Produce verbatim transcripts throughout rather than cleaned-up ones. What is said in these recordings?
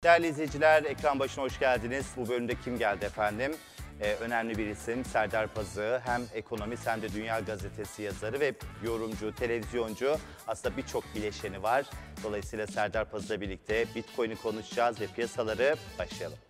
Değerli izleyiciler, ekran başına hoş geldiniz. Bu bölümde kim geldi efendim? Ee, önemli bir isim Serdar Pazı. Hem ekonomist hem de Dünya Gazetesi yazarı ve yorumcu, televizyoncu. Aslında birçok bileşeni var. Dolayısıyla Serdar Pazı'la birlikte Bitcoin'i konuşacağız ve piyasaları başlayalım.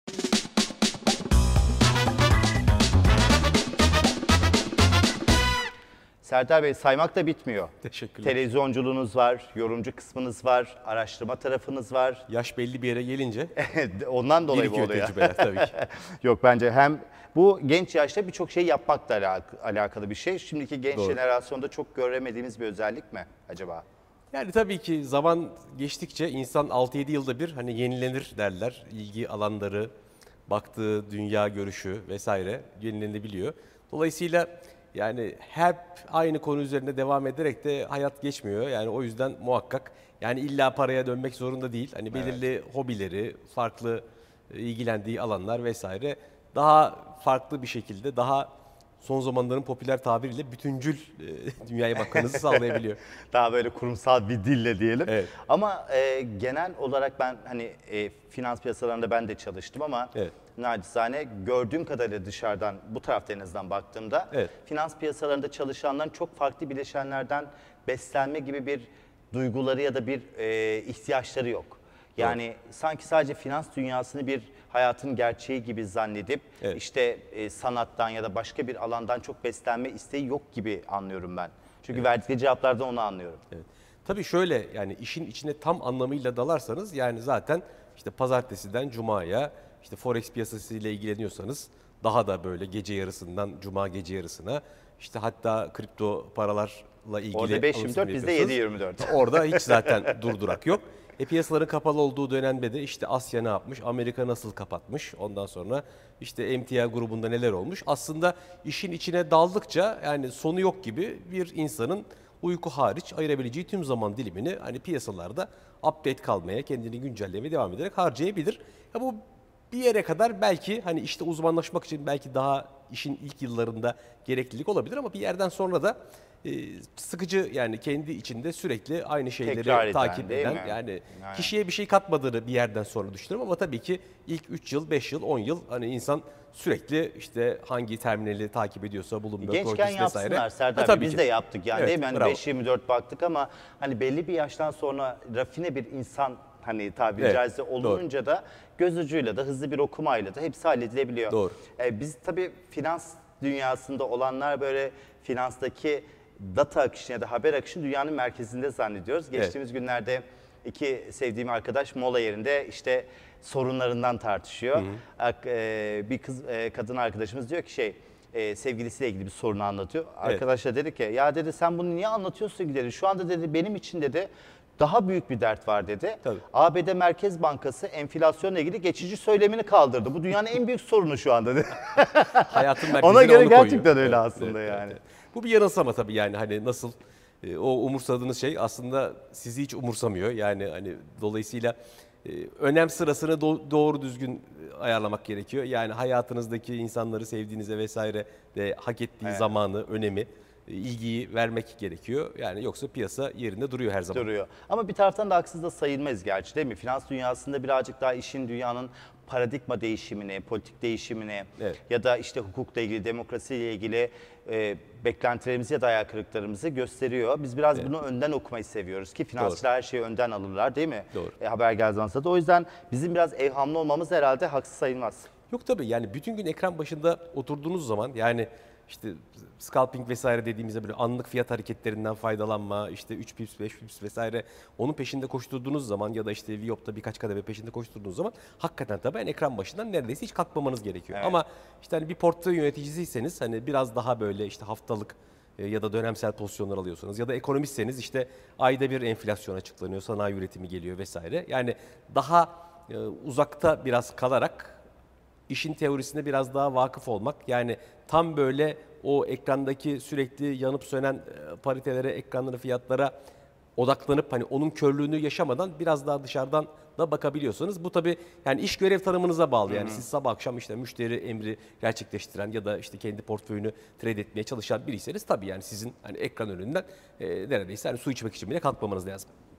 Serdar Bey, saymak da bitmiyor. Teşekkürler. Televizyonculuğunuz var, yorumcu kısmınız var, araştırma tarafınız var. Yaş belli bir yere gelince Ondan dolayı bu birikiyor oluyor. tecrübeler tabii ki. Yok, bence hem bu genç yaşta birçok şey yapmakla alak- alakalı bir şey. Şimdiki genç Doğru. jenerasyonda çok göremediğimiz bir özellik mi acaba? Yani tabii ki zaman geçtikçe insan altı yedi yılda bir hani yenilenir derler. İlgi alanları, baktığı dünya görüşü vesaire yenilenebiliyor. Dolayısıyla yani hep aynı konu üzerinde devam ederek de hayat geçmiyor. Yani o yüzden muhakkak yani illa paraya dönmek zorunda değil. Hani belirli evet. hobileri, farklı ilgilendiği alanlar vesaire daha farklı bir şekilde daha son zamanların popüler tabiriyle bütüncül e, dünyaya bakmanızı sağlayabiliyor. Daha böyle kurumsal bir dille diyelim. Evet. Ama e, genel olarak ben hani e, finans piyasalarında ben de çalıştım ama evet. nacizane gördüğüm kadarıyla dışarıdan bu tarafta en azından baktığımda evet. finans piyasalarında çalışanların çok farklı bileşenlerden beslenme gibi bir duyguları ya da bir e, ihtiyaçları yok. Yani evet. sanki sadece finans dünyasını bir hayatın gerçeği gibi zannedip evet. işte e, sanattan ya da başka bir alandan çok beslenme isteği yok gibi anlıyorum ben. Çünkü evet. verdikleri cevaplardan onu anlıyorum. Evet. Tabii şöyle yani işin içine tam anlamıyla dalarsanız yani zaten işte pazartesiden cumaya işte forex piyasası ile ilgileniyorsanız daha da böyle gece yarısından cuma gece yarısına işte hatta kripto paralarla ilgili orada beş yirmi dört bizde yedi yirmi dört. Orada hiç zaten durdurak yok. E piyasaların kapalı olduğu dönemde de işte Asya ne yapmış, Amerika nasıl kapatmış, ondan sonra işte emtia grubunda neler olmuş. Aslında işin içine daldıkça yani sonu yok gibi bir insanın uyku hariç ayırabileceği tüm zaman dilimini hani piyasalarda update kalmaya, kendini güncellemeye devam ederek harcayabilir. Ya bu bir yere kadar belki hani işte uzmanlaşmak için belki daha işin ilk yıllarında gereklilik olabilir ama bir yerden sonra da e, sıkıcı yani kendi içinde sürekli aynı şeyleri Tekrar takip eden, eden yani, yani kişiye bir şey katmadığını bir yerden sonra düşünüyorum ama tabii ki ilk üç yıl, beş yıl, on yıl hani insan sürekli işte hangi terminali takip ediyorsa Bloomberg, gençken Reuters vesaire. yapsınlar Serdar ha, Bey, biz ki. de yaptık yani evet, değil mi? Hani bravo. beş yirmi dört baktık ama hani belli bir yaştan sonra rafine bir insan hani tabiri evet, caizse olununca doğru. da göz ucuyla da hızlı bir okumayla da hepsi halledilebiliyor. Doğru. Ee, biz tabii finans dünyasında olanlar böyle finanstaki data akışını ya da haber akışını dünyanın merkezinde zannediyoruz. Geçtiğimiz evet. günlerde iki sevdiğim arkadaş mola yerinde işte sorunlarından tartışıyor. Hı hı. Ee, bir kız kadın arkadaşımız diyor ki şey e, sevgilisiyle ilgili bir sorunu anlatıyor. Evet. Arkadaş da dedi ki ya dedi sen bunu niye anlatıyorsun ki dedi. Şu anda dedi benim için dedi daha büyük bir dert var dedi. Tabii. A B D Merkez Bankası enflasyonla ilgili geçici söylemini kaldırdı. Bu dünyanın en büyük sorunu şu anda dedi. Hayatın merkezine ona göre onu gerçekten koyuyor. öyle evet, aslında evet, yani. Evet. Bu bir yanılsama tabii yani hani nasıl e, o umursadığınız şey aslında sizi hiç umursamıyor. Yani hani dolayısıyla e, önem sırasını do- doğru düzgün ayarlamak gerekiyor. Yani hayatınızdaki insanları sevdiğinize vesaire de hak ettiği evet. zamanı, önemi, ilgiyi vermek gerekiyor. Yani yoksa piyasa yerinde duruyor her zaman. Duruyor. Ama bir taraftan da haksız da sayılmayız gerçi değil mi? Finans dünyasında birazcık daha işin dünyanın paradigma değişimine, politik değişimine evet. ya da işte hukukla ilgili, demokrasiyle ilgili e, beklentilerimizi ya da hayal kırıklarımızı gösteriyor. Biz biraz evet. bunu önden okumayı seviyoruz ki finansçılar her şeyi önden alırlar değil mi? Doğru. E, haber geldiği zaman da. O yüzden bizim biraz evhamlı olmamız herhalde haksız sayılmaz. Yok tabii yani bütün gün ekran başında oturduğunuz zaman yani işte scalping vesaire dediğimizde böyle anlık fiyat hareketlerinden faydalanma, işte üç pips, beş pips vesaire onun peşinde koşturduğunuz zaman ya da işte Viyop'ta birkaç kademe peşinde koşturduğunuz zaman hakikaten tabii yani ekran başından neredeyse hiç kalkmamanız gerekiyor. Evet. Ama işte hani bir portföy yöneticisiyseniz hani biraz daha böyle işte haftalık ya da dönemsel pozisyonlar alıyorsanız ya da ekonomistseniz işte ayda bir enflasyon açıklanıyor, sanayi üretimi geliyor vesaire. Yani daha e, uzakta biraz kalarak işin teorisine biraz daha vakıf olmak yani tam böyle o ekrandaki sürekli yanıp sönen paritelere, ekranlara, fiyatlara odaklanıp hani onun körlüğünü yaşamadan biraz daha dışarıdan da bakabiliyorsanız bu tabii yani iş görev tanımınıza bağlı. Yani Hı-hı. siz sabah akşam işte müşteri emri gerçekleştiren ya da işte kendi portföyünü trade etmeye çalışan biriyseniz tabii yani sizin hani ekran önünden e, neredeyse hani su içmek için bile kalkmamanız lazım.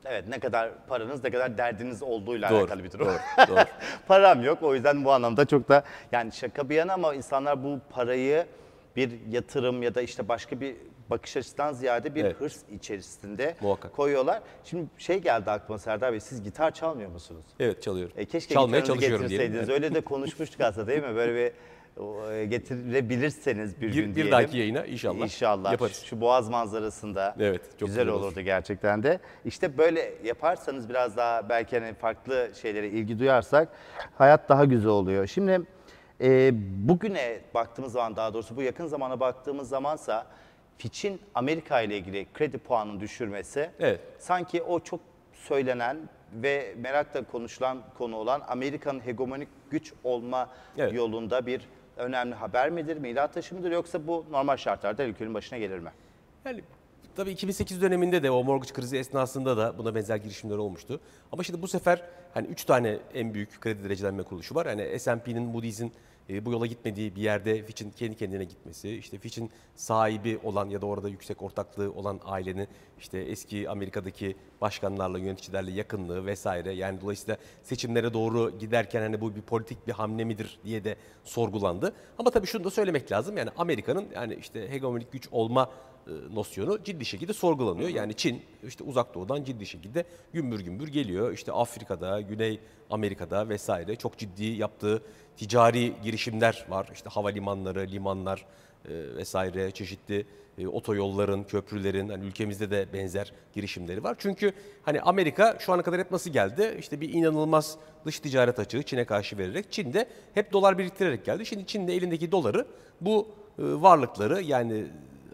Evet, ne kadar paranız, ne kadar derdiniz olduğuyla Doğru, alakalı bir durum. doğru, doğru. Param yok, o yüzden bu anlamda çok da yani şaka bir yana ama insanlar bu parayı bir yatırım ya da işte başka bir bakış açısından ziyade bir Evet. hırs içerisinde Muhakkak. koyuyorlar. Şimdi şey geldi aklıma Serdar Bey, siz gitar çalmıyor musunuz? Evet, çalıyorum. E keşke Çalmaya gitarınızı çalışıyorum diyelim. getirseydiniz. Yani. Öyle de konuşmuştuk aslında değil mi? Böyle bir o, e, getirebilirseniz bir, Bir, gün bir diyelim. dahaki yayına inşallah, İnşallah. yaparız. Şu boğaz manzarasında Evet, çok güzel güzel olur. olurdu gerçekten de. İşte böyle yaparsanız biraz daha belki hani farklı şeylere ilgi duyarsak hayat daha güzel oluyor. Şimdi e, bugüne baktığımız zaman, daha doğrusu bu yakın zamana baktığımız zamansa Fitch'in Amerika ile ilgili kredi puanını düşürmesi Evet. sanki o çok söylenen ve merakla konuşulan konu olan Amerika'nın hegemonik güç olma Evet. yolunda bir önemli haber midir, milat taşı mıdır, yoksa bu normal şartlarda ülkenin başına gelir mi? Yani tabii iki bin sekiz döneminde de o mortgage krizi esnasında da buna benzer girişimler olmuştu. Ama şimdi bu sefer hani üç tane en büyük kredi derecelenme kuruluşu var. Hani S and P'nin, Moody's'in e, bu yola gitmediği bir yerde Fitch'in kendi kendine gitmesi, işte Fitch'in sahibi olan ya da orada yüksek ortaklığı olan ailenin işte eski Amerika'daki başkanlarla, yöneticilerle yakınlığı vesaire. Yani dolayısıyla seçimlere doğru giderken hani bu bir politik bir hamle midir diye de sorgulandı. Ama tabii şunu da söylemek lazım. Yani Amerika'nın yani işte hegemonik güç olma e, nosyonu ciddi şekilde sorgulanıyor. Yani Çin işte Uzak Doğu'dan ciddi şekilde gümbür gümbür geliyor. İşte Afrika'da, Güney Amerika'da vesaire çok ciddi yaptığı ticari girişimler var. İşte havalimanları, limanlar e, vesaire, çeşitli e, otoyolların, köprülerin, hani ülkemizde de benzer girişimleri var. Çünkü hani Amerika şu ana kadar hep nasıl geldi? İşte bir inanılmaz dış ticaret açığı Çin'e karşı vererek, Çin de hep dolar biriktirerek geldi. Şimdi Çin de elindeki doları bu e, varlıkları yani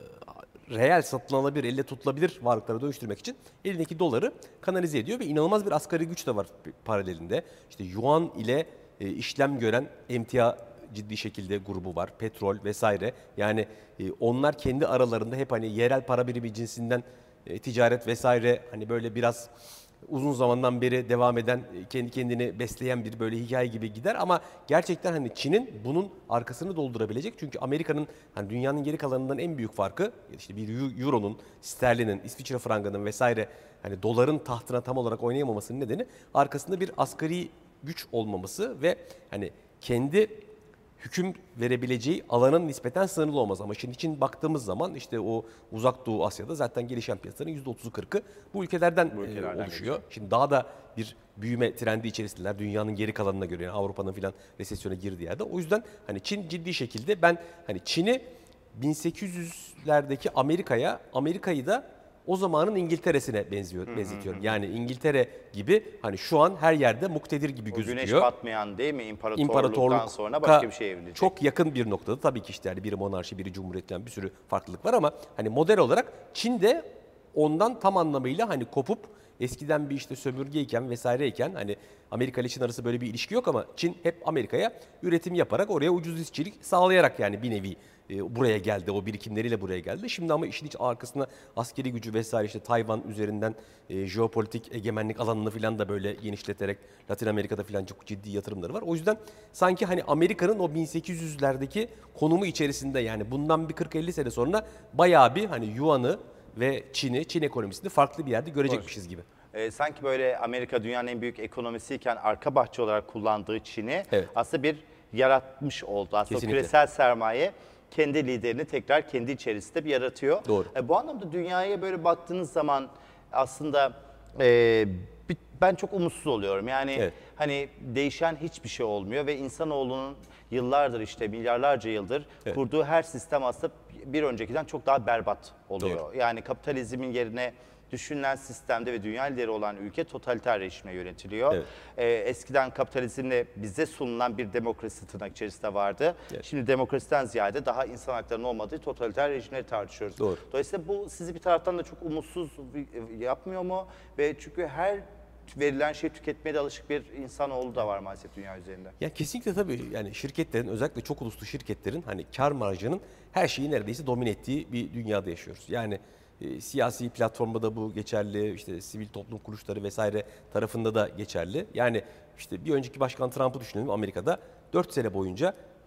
reel satın alınabilir, elle tutulabilir varlıklara dönüştürmek için elindeki doları kanalize ediyor ve inanılmaz bir asgari güç de var paralelinde. İşte yuan ile e, işlem gören emtia ciddi şekilde grubu var, petrol vesaire. Yani e, onlar kendi aralarında hep hani yerel para birimi cinsinden e, ticaret vesaire hani böyle biraz uzun zamandan beri devam eden, kendi kendini besleyen bir böyle hikaye gibi gider ama gerçekten hani Çin'in bunun arkasını doldurabilecek. Çünkü Amerika'nın hani dünyanın geri kalanından en büyük farkı işte bir euronun, sterlinin, İsviçre frangının vesaire hani doların tahtına tam olarak oynayamamasının nedeni arkasında bir asgari güç olmaması ve hani kendi hüküm verebileceği alanın nispeten sınırlı olmaz. Ama şimdi için baktığımız zaman işte o Uzak Doğu Asya'da zaten gelişen piyasaların yüzde otuzu kırkı bu ülkelerden, Bu ülkelerden e, oluşuyor. Şimdi daha da bir büyüme trendi içerisindeler dünyanın geri kalanına göre, yani Avrupa'nın filan resesyona girdiği yerde. O yüzden hani Çin ciddi şekilde, ben hani Çin'i bin sekiz yüzlerdeki Amerika'ya, Amerika'yı da o zamanın İngiltere'sine benziyor, benzetiyorum. Yani İngiltere gibi hani şu an her yerde muktedir gibi O gözüküyor. güneş batmayan değil mi imparatorluktan İmparatorluk sonra başka bir şeye evrilecek. çok yakın bir noktada tabii ki işte yani biri monarşi, biri cumhuriyet falan bir sürü farklılık var ama hani model olarak Çin de ondan tam anlamıyla hani kopup eskiden bir işte sömürgeyken vesaireyken hani Amerika ile Çin arası böyle bir ilişki yok ama Çin hep Amerika'ya üretim yaparak oraya ucuz işçilik sağlayarak yani bir nevi e, buraya geldi. O birikimleriyle buraya geldi. Şimdi ama işin hiç arkasına askeri gücü vesaire işte Tayvan üzerinden e, jeopolitik egemenlik alanını falan da böyle genişleterek Latin Amerika'da falan çok ciddi yatırımları var. O yüzden sanki hani Amerika'nın o bin sekiz yüzlerdeki konumu içerisinde yani bundan bir kırk elli sene sonra bayağı bir hani yuanı ve Çin'i, Çin ekonomisini farklı bir yerde görecekmişiz gibi. Ee, sanki böyle Amerika dünyanın en büyük ekonomisiyken arka bahçe olarak kullandığı Çin'i Evet. aslında bir yaratmış oldu. Aslında o Kesinlikle. küresel sermaye kendi liderini tekrar kendi içerisinde bir yaratıyor. Doğru. E, bu anlamda dünyaya böyle baktığınız zaman aslında e, bir- ben çok umutsuz oluyorum. Yani Evet. hani değişen hiçbir şey olmuyor ve insanoğlunun yıllardır işte milyarlarca yıldır Evet. kurduğu her sistem aslında bir öncekiden çok daha berbat oluyor. Yani kapitalizmin yerine düşünülen sistemde ve dünya lideri olan ülke totaliter rejimle yönetiliyor. Evet. Ee, eskiden kapitalizmle bize sunulan bir demokrasi tırnak içerisinde vardı. Evet. Şimdi demokrasiden ziyade daha insan haklarının olmadığı totaliter rejimleri tartışıyoruz. Doğru. Dolayısıyla bu sizi bir taraftan da çok umutsuz yapmıyor mu? Ve çünkü her verilen şeyi tüketmeye de alışık bir insanoğlu da var maalesef dünya üzerinde. Ya kesinlikle tabii yani şirketlerin, özellikle çok uluslu şirketlerin hani kar marjının her şeyi neredeyse domine ettiği bir dünyada yaşıyoruz. Yani e, siyasi platformda da bu geçerli, işte sivil toplum kuruluşları vesaire tarafında da geçerli. Yani işte bir önceki başkan Trump'ı düşünelim, Amerika'da dört sene boyunca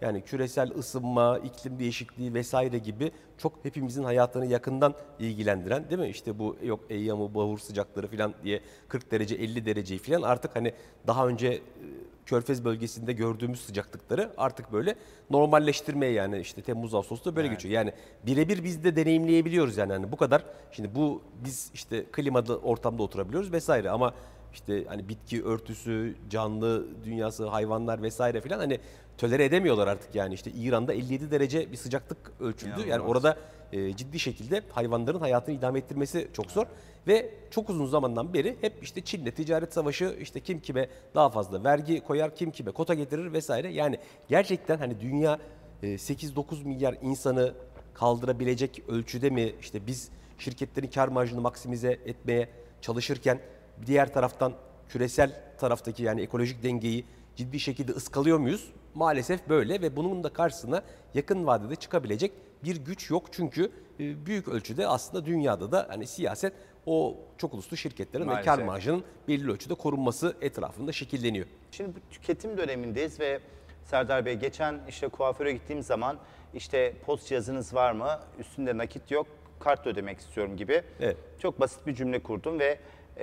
Yani küresel ısınma, iklim değişikliği vesaire gibi çok hepimizin hayatını yakından ilgilendiren, değil mi? İşte bu yok Eyyam-ı Bahur sıcakları falan diye kırk derece elli dereceyi falan artık hani daha önce e, Körfez bölgesinde gördüğümüz sıcaklıkları artık böyle normalleştirmeye, yani işte Temmuz Ağustos'ta böyle Evet. geçiyor. Yani birebir biz de deneyimleyebiliyoruz yani hani bu kadar. Şimdi bu biz işte klimalı ortamda oturabiliyoruz vesaire ama işte hani bitki örtüsü, canlı dünyası, hayvanlar vesaire filan hani tolere edemiyorlar artık yani. İşte İran'da elli yedi derece bir sıcaklık ölçüldü. Yani İnanılmaz. orada e, ciddi şekilde hayvanların hayatını idame ettirmesi çok zor. Ve çok uzun zamandan beri hep işte Çin'le ticaret savaşı, işte kim kime daha fazla vergi koyar, kim kime kota getirir vesaire. Yani gerçekten hani dünya e, sekiz dokuz milyar insanı kaldırabilecek ölçüde mi işte biz şirketlerin kar marjını maksimize etmeye çalışırken diğer taraftan küresel taraftaki yani ekolojik dengeyi ciddi şekilde ıskalıyor muyuz? Maalesef böyle ve bunun da karşısına yakın vadede çıkabilecek bir güç yok. Çünkü e, büyük ölçüde aslında dünyada da hani siyaset o çok uluslu şirketlerin ve kar Maalesef. marjının belli ölçüde korunması etrafında şekilleniyor. Şimdi bu tüketim dönemindeyiz ve Serdar Bey geçen işte kuaföre gittiğim zaman işte post cihazınız var mı? Üstünde nakit yok, kartla ödemek istiyorum gibi. Evet. Çok basit bir cümle kurdum ve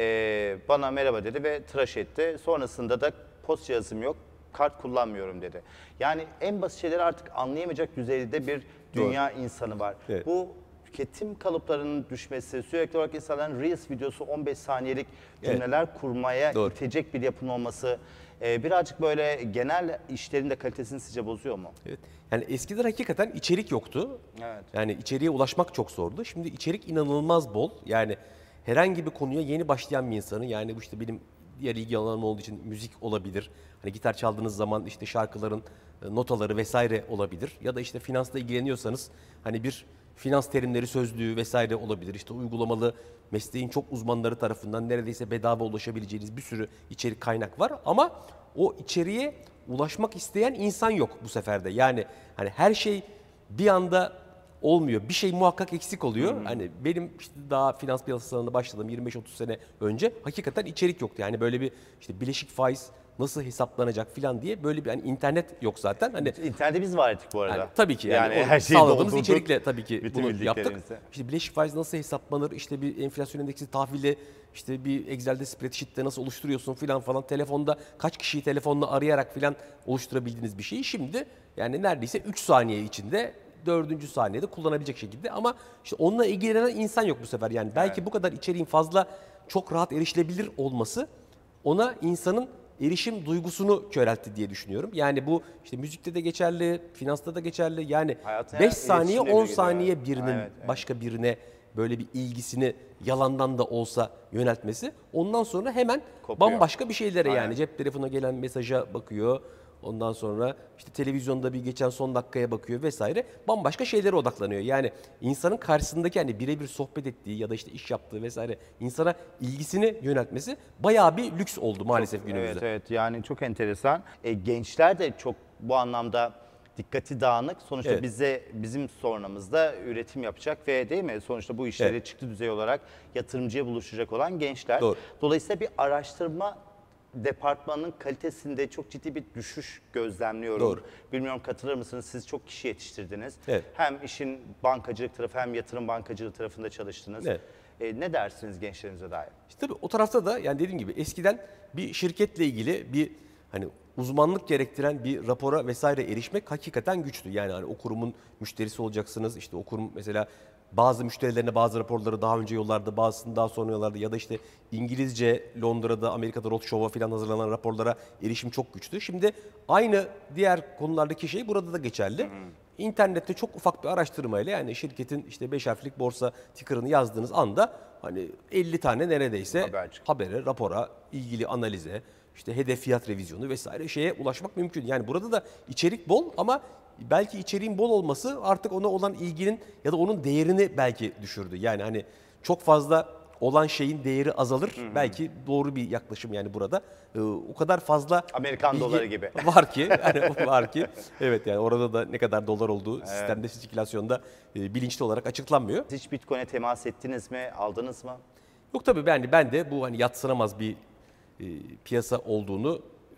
e, bana merhaba dedi ve tıraş etti. Sonrasında da post cihazım yok, kart kullanmıyorum dedi. Yani en basit şeyleri artık anlayamayacak düzeyde bir dünya insanı var. Evet. Bu tüketim kalıplarının düşmesi, sürekli olarak insanların Reels videosu on beş saniyelik cümleler kurmaya Doğru. itecek bir yapının olması e, birazcık böyle genel işlerin de kalitesini sizce bozuyor mu? Evet. Yani eskiden hakikaten içerik yoktu. Evet. Yani içeriğe ulaşmak çok zordu. Şimdi içerik inanılmaz bol. Yani herhangi bir konuya yeni başlayan bir insanın, yani bu işte benim diğer ilgi alanım olduğu için müzik olabilir. Hani gitar çaldığınız zaman işte şarkıların e, notaları vesaire olabilir. Ya da işte finansla ilgileniyorsanız hani bir finans terimleri sözlüğü vesaire olabilir. İşte uygulamalı mesleğin çok uzmanları tarafından neredeyse bedava ulaşabileceğiniz bir sürü içerik kaynak var. Ama o içeriğe ulaşmak isteyen insan yok bu sefer de. Yani hani her şey bir anda olmuyor. Bir şey muhakkak eksik oluyor. Hmm. Hani benim işte daha finans piyasalarına başladığım yirmi beş otuz sene önce hakikaten içerik yoktu. Yani böyle bir işte bileşik faiz nasıl hesaplanacak falan diye böyle bir hani internet yok zaten. Hani İnternette biz var ettik bu arada. yani tabii ki yani, Yani o her şeyi sağladığımız doldurduk. içerikle tabii ki Bütün bunu yaptık. bildiklerimizi. İşte bileşik faiz nasıl hesaplanır, işte bir enflasyon endeksi tahvili işte bir Excel'de spreadsheet'te nasıl oluşturuyorsun filan falan, telefonda kaç kişiyi telefonla arayarak filan oluşturabildiğiniz bir şeyi şimdi yani neredeyse üç saniye içinde dördüncü saniyede kullanabilecek şekilde, ama işte onunla ilgilenen insan yok bu sefer. Yani belki Evet. bu kadar içeriğin fazla çok rahat erişilebilir olması ona insanın erişim duygusunu köreltti diye düşünüyorum. Yani bu işte müzikte de geçerli, finansta da geçerli. Yani Hayatına beş saniye iletişimle on ilgili, saniye evet. birinin Evet, evet. başka birine böyle bir ilgisini yalandan da olsa yöneltmesi, ondan sonra hemen Kopuyor. bambaşka bir şeylere, Aynen. yani cep telefonuna gelen mesaja bakıyor. Ondan sonra işte televizyonda bir geçen son dakikaya bakıyor vesaire. Bambaşka şeylere odaklanıyor. Yani insanın karşısındaki hani birebir sohbet ettiği ya da işte iş yaptığı vesaire insana ilgisini yöneltmesi bayağı bir lüks oldu maalesef günümüzde. Evet, evet, yani çok enteresan. E, gençler de çok bu anlamda dikkati dağınık. Sonuçta Evet. bize bizim sonramızda üretim yapacak ve değil mi? Sonuçta bu işleri Evet. çıktı düzey olarak yatırımcıya buluşacak olan gençler. Doğru. Dolayısıyla bir araştırma departmanının kalitesinde çok ciddi bir düşüş gözlemliyorum. Doğru. Bilmiyorum, katılır mısınız? Siz çok kişi yetiştirdiniz. Evet. Hem işin bankacılık tarafı hem yatırım bankacılığı tarafında çalıştınız. Evet. E, ne dersiniz gençlerimize dair? İşte tabii o tarafta da yani dediğim gibi eskiden bir şirketle ilgili bir hani uzmanlık gerektiren bir rapora vesaire erişmek hakikaten güçtü. Yani hani o kurumun müşterisi olacaksınız. İşte o kurum mesela bazı müşterilerine bazı raporları daha önce yollardı, bazısını daha sonra yollardı. Ya da işte İngilizce Londra'da, Amerika'da roadshow'a falan hazırlanan raporlara erişim çok güçtü. Şimdi aynı diğer konulardaki şey burada da geçerli. İnternette çok ufak bir araştırmayla, yani şirketin işte beş harflik borsa ticker'ını yazdığınız anda hani elli tane neredeyse Haber çıkıyor. habere, rapora, ilgili analize, işte hedef fiyat revizyonu vesaire şeye ulaşmak mümkün. Yani burada da içerik bol, ama belki içeriğin bol olması artık ona olan ilginin ya da onun değerini belki düşürdü. Yani hani çok fazla olan şeyin değeri azalır. Hı hı. Belki doğru bir yaklaşım yani burada. Ee, o kadar fazla Amerikan bilgi doları gibi. var ki, yani var ki evet, yani orada da ne kadar dolar olduğu sistemde, sirkülasyonda e, bilinçli olarak açıklanmıyor. Hiç Bitcoin'e temas ettiniz mi? Aldınız mı? Yok tabii, ben, ben de bu hani yadsınamaz bir e, piyasa olduğunu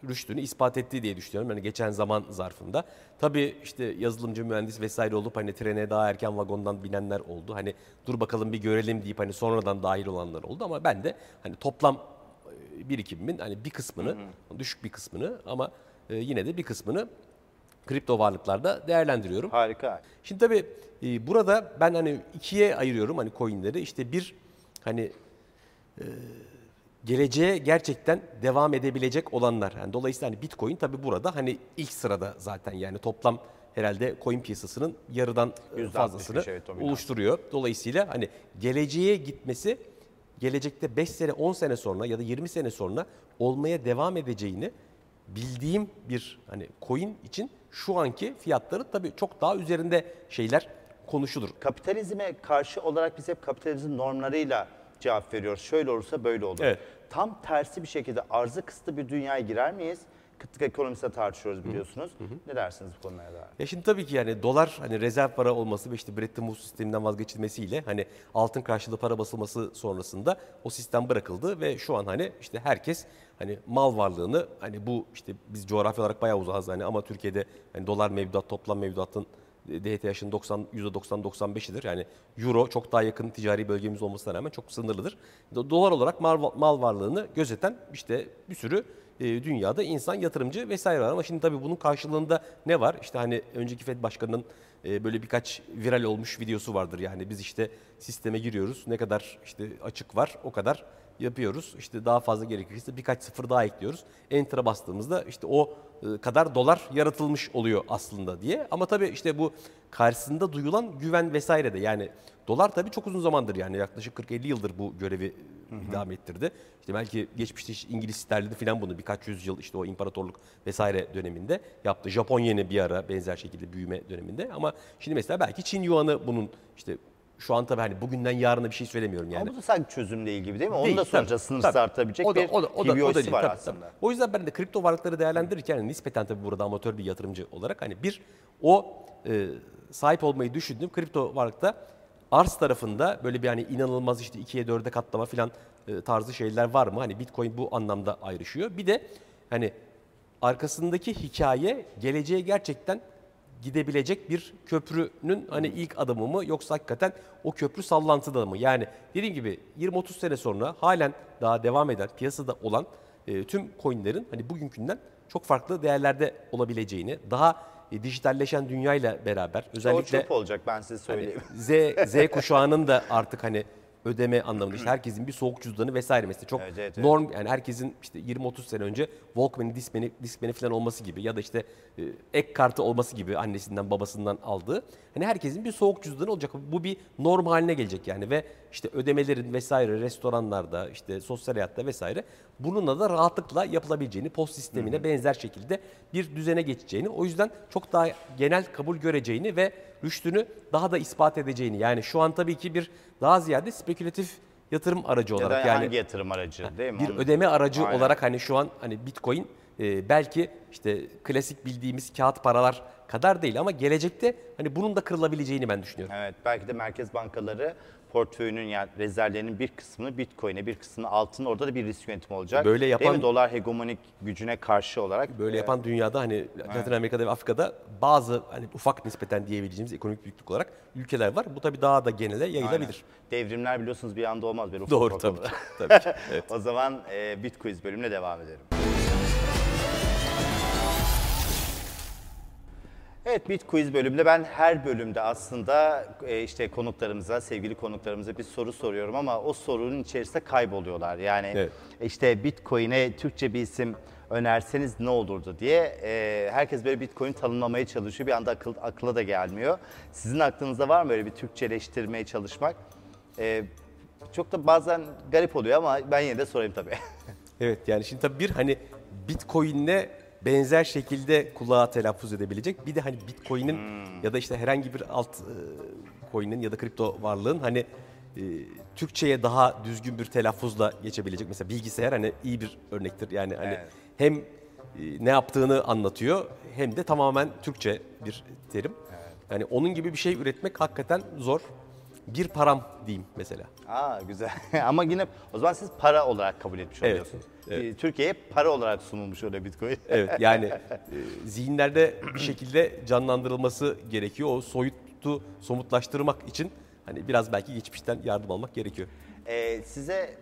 rüştünü ispat etti diye düşünüyorum. Yani geçen zaman zarfında. Tabii işte yazılımcı, mühendis vesaire olup hani trene daha erken vagondan binenler oldu. Hani dur bakalım bir görelim deyip hani sonradan dahil olanlar oldu ama ben de hani toplam birikimimin hani bir kısmını, hı hı. düşük bir kısmını ama yine de bir kısmını kripto varlıklarda değerlendiriyorum. Harika. Şimdi tabii e, burada ben hani ikiye ayırıyorum hani coinleri. İşte bir hani e, geleceğe gerçekten devam edebilecek olanlar. Yani dolayısıyla hani Bitcoin tabii burada hani ilk sırada zaten yani toplam herhalde coin piyasasının yarıdan fazlasını evet, oluşturuyor. Dolayısıyla hani geleceğe gitmesi gelecekte beş sene on sene sonra ya da yirmi sene sonra olmaya devam edeceğini bildiğim bir hani coin için şu anki fiyatları tabii çok daha üzerinde şeyler konuşulur. Kapitalizme karşı olarak biz hep kapitalizm normlarıyla cevap veriyoruz. Şöyle olursa böyle olur. Evet. Tam tersi bir şekilde arzı kısıtlı bir dünyaya girer miyiz? Kıtlık ekonomisinde tartışıyoruz biliyorsunuz. Hı hı. Ne dersiniz bu konulara dair? Ya şimdi tabii ki yani dolar hani rezerv para olması ve işte Bretton Woods sisteminden vazgeçilmesiyle hani altın karşılığı para basılması sonrasında o sistem bırakıldı ve şu an hani işte herkes hani mal varlığını hani bu işte biz coğrafya olarak bayağı uzağız hani ama Türkiye'de hani dolar mevduat toplam mevduatın D H T H'ın doksan yüzde doksan doksan beşidir. Yani euro çok daha yakın ticari bölgemiz olmasına rağmen çok sınırlıdır. Dolar olarak mal, mal varlığını gözeten işte bir sürü e, dünyada insan, yatırımcı vesaire var. Ama şimdi tabii bunun karşılığında ne var? İşte hani önceki Fed Başkanı'nın e, böyle birkaç viral olmuş videosu vardır. Yani biz işte sisteme giriyoruz. Ne kadar işte açık var o kadar yapıyoruz. İşte daha fazla gerekirse birkaç sıfır daha ekliyoruz. Enter'a bastığımızda işte o kadar dolar yaratılmış oluyor aslında diye. Ama tabii işte bu karşısında duyulan güven vesaire de yani dolar tabii çok uzun zamandır yani yaklaşık kırk elli yıldır bu görevi hı hı. devam ettirdi. İşte belki geçmişte işte İngiliz sterlini falan bunu birkaç yüzyıl işte o imparatorluk vesaire döneminde yaptı. Japon yeni bir ara benzer şekilde büyüme döneminde ama şimdi mesela belki Çin yuanı bunun işte şu an tabii hani bugünden yarına bir şey söylemiyorum yani. Ama bu da sanki çözümle ilgili değil mi? Onun değil, da sonuçta sınırsız artabilecek bir hibiyolojisi var tabii, aslında. Tabii. O yüzden ben de kripto varlıkları değerlendirirken yani nispeten tabii burada amatör bir yatırımcı olarak hani bir o e, sahip olmayı düşündüğüm kripto varlıkta arz tarafında böyle bir hani inanılmaz işte ikiye dörde katlama falan e, tarzı şeyler var mı? Hani Bitcoin bu anlamda ayrışıyor. Bir de hani arkasındaki hikaye geleceğe gerçekten gidebilecek bir köprünün hani ilk adımı mı yoksa hakikaten o köprü sallantıda mı? Yani dediğim gibi yirmi otuz sene sonra halen daha devam eden piyasada olan e, tüm coinlerin hani bugünkünden çok farklı değerlerde olabileceğini, daha e, dijitalleşen dünyayla beraber özellikle o çöp olacak ben size söyleyeyim. Hani Z Z kuşağının da artık hani ödeme anlamında işte herkesin bir soğuk cüzdanı vesaire mesela çok evet, evet, norm evet. Yani herkesin işte yirmi otuz sene önce Walkman'i, Discman'i, Discman'i falan olması gibi ya da işte e, ek kartı olması gibi annesinden babasından aldığı hani herkesin bir soğuk cüzdanı olacak. Bu bir norm haline gelecek yani ve işte ödemelerin vesaire restoranlarda işte sosyal hayatta vesaire bununla da rahatlıkla yapılabileceğini post sistemine Hı-hı. benzer şekilde bir düzene geçeceğini o yüzden çok daha genel kabul göreceğini ve rüştünü daha da ispat edeceğini yani şu an tabii ki bir daha ziyade spekülatif yatırım aracı olarak ya da yani hangi yatırım aracı değil mi? Bir Onu... ödeme aracı Aynen. olarak hani şu an hani Bitcoin e, belki işte klasik bildiğimiz kağıt paralar kadar değil ama gelecekte hani bunun da kırılabileceğini ben düşünüyorum. Evet belki de merkez bankaları portföyünün yani rezervlerinin bir kısmını Bitcoin'e bir kısmını altına orada da bir risk yönetimi olacak. Böyle yapan, değil mi? Dolar hegemonik gücüne karşı olarak. Böyle e, yapan dünyada hani Latin Amerika'da ve Afrika'da bazı hani ufak nispeten diyebileceğimiz ekonomik büyüklük olarak ülkeler var. Bu tabii daha da genele yayılabilir. Aynen. Devrimler biliyorsunuz bir anda olmaz. Bir Doğru tabii ki. Tabii ki. Evet. O zaman e, Bitcoin bölümüne devam edelim. Evet Bitquiz bölümünde ben her bölümde aslında e, işte konuklarımıza, sevgili konuklarımıza bir soru soruyorum ama o sorunun içerisinde kayboluyorlar. Yani evet. işte Bitcoin'e Türkçe bir isim önerseniz ne olurdu diye e, herkes böyle Bitcoin tanımlamaya çalışıyor. Bir anda akıl, akla da gelmiyor. Sizin aklınızda var mı böyle bir Türkçeleştirmeye çalışmak? E, çok da bazen garip oluyor ama ben yine de sorayım tabii. Evet yani şimdi tabii bir hani Bitcoin'le benzer şekilde kulağa telaffuz edebilecek. Bir de hani Bitcoin'in hmm. ya da işte herhangi bir alt e, coin'in ya da kripto varlığın hani e, Türkçe'ye daha düzgün bir telaffuzla geçebilecek. Mesela bilgisayar hani iyi bir örnektir. Yani hani evet. hem e, ne yaptığını anlatıyor hem de tamamen Türkçe bir terim. Evet. Yani onun gibi bir şey üretmek hakikaten zor. bir param diyeyim mesela. Aa güzel. Ama yine o zaman siz para olarak kabul etmiş Evet, oluyorsunuz. evet. Ee, Türkiye'ye para olarak sunulmuş öyle Bitcoin. Evet yani e, zihinlerde bir şekilde canlandırılması gerekiyor. O soyutu somutlaştırmak için hani biraz belki geçmişten yardım almak gerekiyor. Ee, size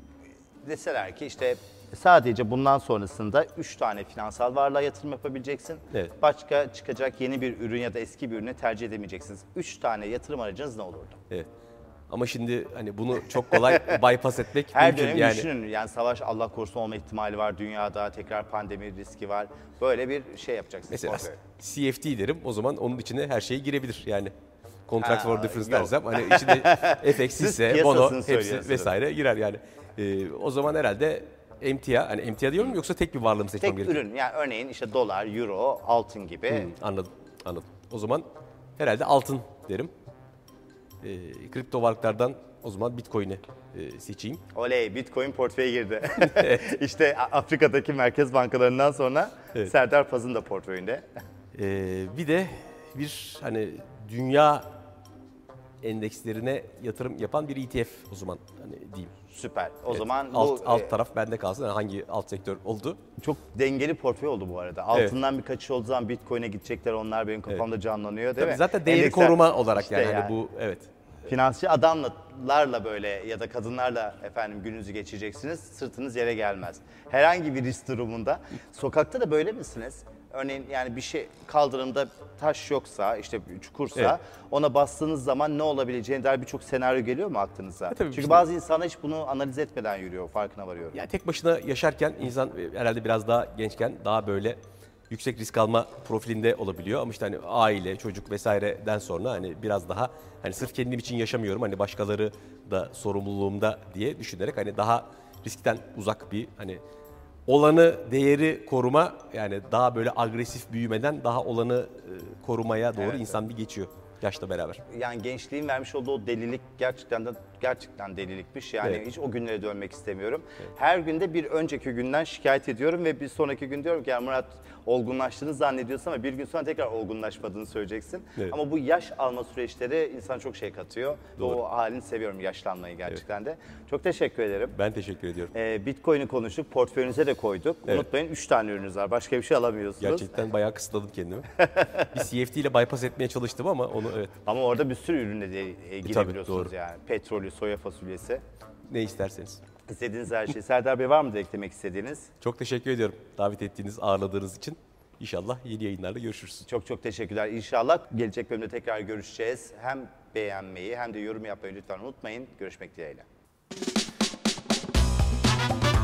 deseler ki işte sadece bundan sonrasında üç tane finansal varlığa yatırım yapabileceksin. Evet. Başka çıkacak yeni bir ürün ya da eski bir ürünü tercih edemeyeceksiniz. üç tane yatırım aracınız ne olurdu? Evet. Ama şimdi hani bunu çok kolay bypass etmek Her mümkün dönemi yani. düşünün. Yani savaş Allah korusun olma ihtimali var dünyada. Tekrar pandemi riski var. Böyle bir şey yapacaksınız. Mesela portföy. C F D derim, o zaman onun içine her şey girebilir yani. Contract Ha, for difference yok. dersem hani içinde F X, Siz hisse, piyasasını bono hepsi söylüyorsunuz. vesaire girer yani. Ee, o zaman herhalde emtia, hani emtia diyorum yoksa tek bir varlığımı seçmem Tek gerekiyor? ürün yani örneğin işte dolar, euro, altın gibi. Hmm, anladım, anladım. O zaman herhalde altın derim. Ee, kripto varlıklardan o zaman Bitcoin'i e, seçeyim. Oley Bitcoin portföye girdi. İşte Afrika'daki merkez bankalarından sonra Evet. Serdar Paz'ın da portföyünde. Ee, bir de bir hani dünya endekslerine yatırım yapan bir E T F o zaman hani diyeyim. Süper. O Evet, zaman alt, bu alt e, taraf bende kalsın. Yani hangi alt sektör oldu? çok dengeli portföy oldu bu arada. Altından bir kaçış olduğu zaman Bitcoin'e gidecekler onlar benim kafamda canlanıyor değil Tabii mi? zaten değeri Endeksler- koruma olarak İşte yani, hani bu evet. Finansçı adamlarla böyle ya da kadınlarla efendim gününüzü geçireceksiniz. Sırtınız yere gelmez. Herhangi bir risk durumunda. Sokakta da böyle misiniz? Örneğin yani bir şey kaldırımda taş yoksa işte çukursa Evet. ona bastığınız zaman ne olabileceğine dair birçok senaryo geliyor mu aklınıza? E tabii Çünkü işte- bazı insanlar hiç bunu analiz etmeden yürüyor. Farkına varıyorum. Yani tek başına yaşarken insan e, herhalde biraz daha gençken daha böyle yüksek risk alma profilinde olabiliyor. Ama işte hani aile, çocuk vesaireden sonra hani biraz daha hani sırf kendim için yaşamıyorum, hani başkaları da sorumluluğumda diye düşünerek hani daha riskten uzak bir hani olanı, değeri koruma, yani daha böyle agresif büyümeden daha olanı e, korumaya doğru Evet, insan bir geçiyor yaşla beraber. Yani gençliğin vermiş olduğu o delilik gerçekten de gerçekten delilikmiş. Yani Evet. hiç o günlere dönmek istemiyorum. Her günde bir önceki günden şikayet ediyorum ve bir sonraki gün diyorum ki ya Murat olgunlaştığını zannediyorsun ama bir gün sonra tekrar olgunlaşmadığını söyleyeceksin. Evet. Ama bu yaş alma süreçleri insan çok şey katıyor. Ve Doğru. o halini seviyorum yaşlanmayı gerçekten de. Çok teşekkür ederim. Ben teşekkür ediyorum. Ee, Bitcoin'i konuştuk, portföyünüze de koyduk. Evet. Unutmayın üç tane ürününüz var. Başka bir şey alamıyorsunuz. Gerçekten bayağı kısıtladım kendimi. Bir C F D ile bypass etmeye çalıştım ama onu evet, Ama orada bir sürü ürüne de e, girebiliyorsunuz doğru. yani. Petrolü, soya fasulyesi. ne isterseniz. İstediğiniz her şey. Serdar Bey var mı da eklemek istediğiniz? Çok teşekkür ediyorum davet ettiğiniz, ağırladığınız için. İnşallah yeni yayınlarda görüşürüz. Çok çok teşekkürler. İnşallah gelecek bölümde tekrar görüşeceğiz. Hem beğenmeyi hem de yorum yapmayı lütfen unutmayın. Görüşmek dileğiyle.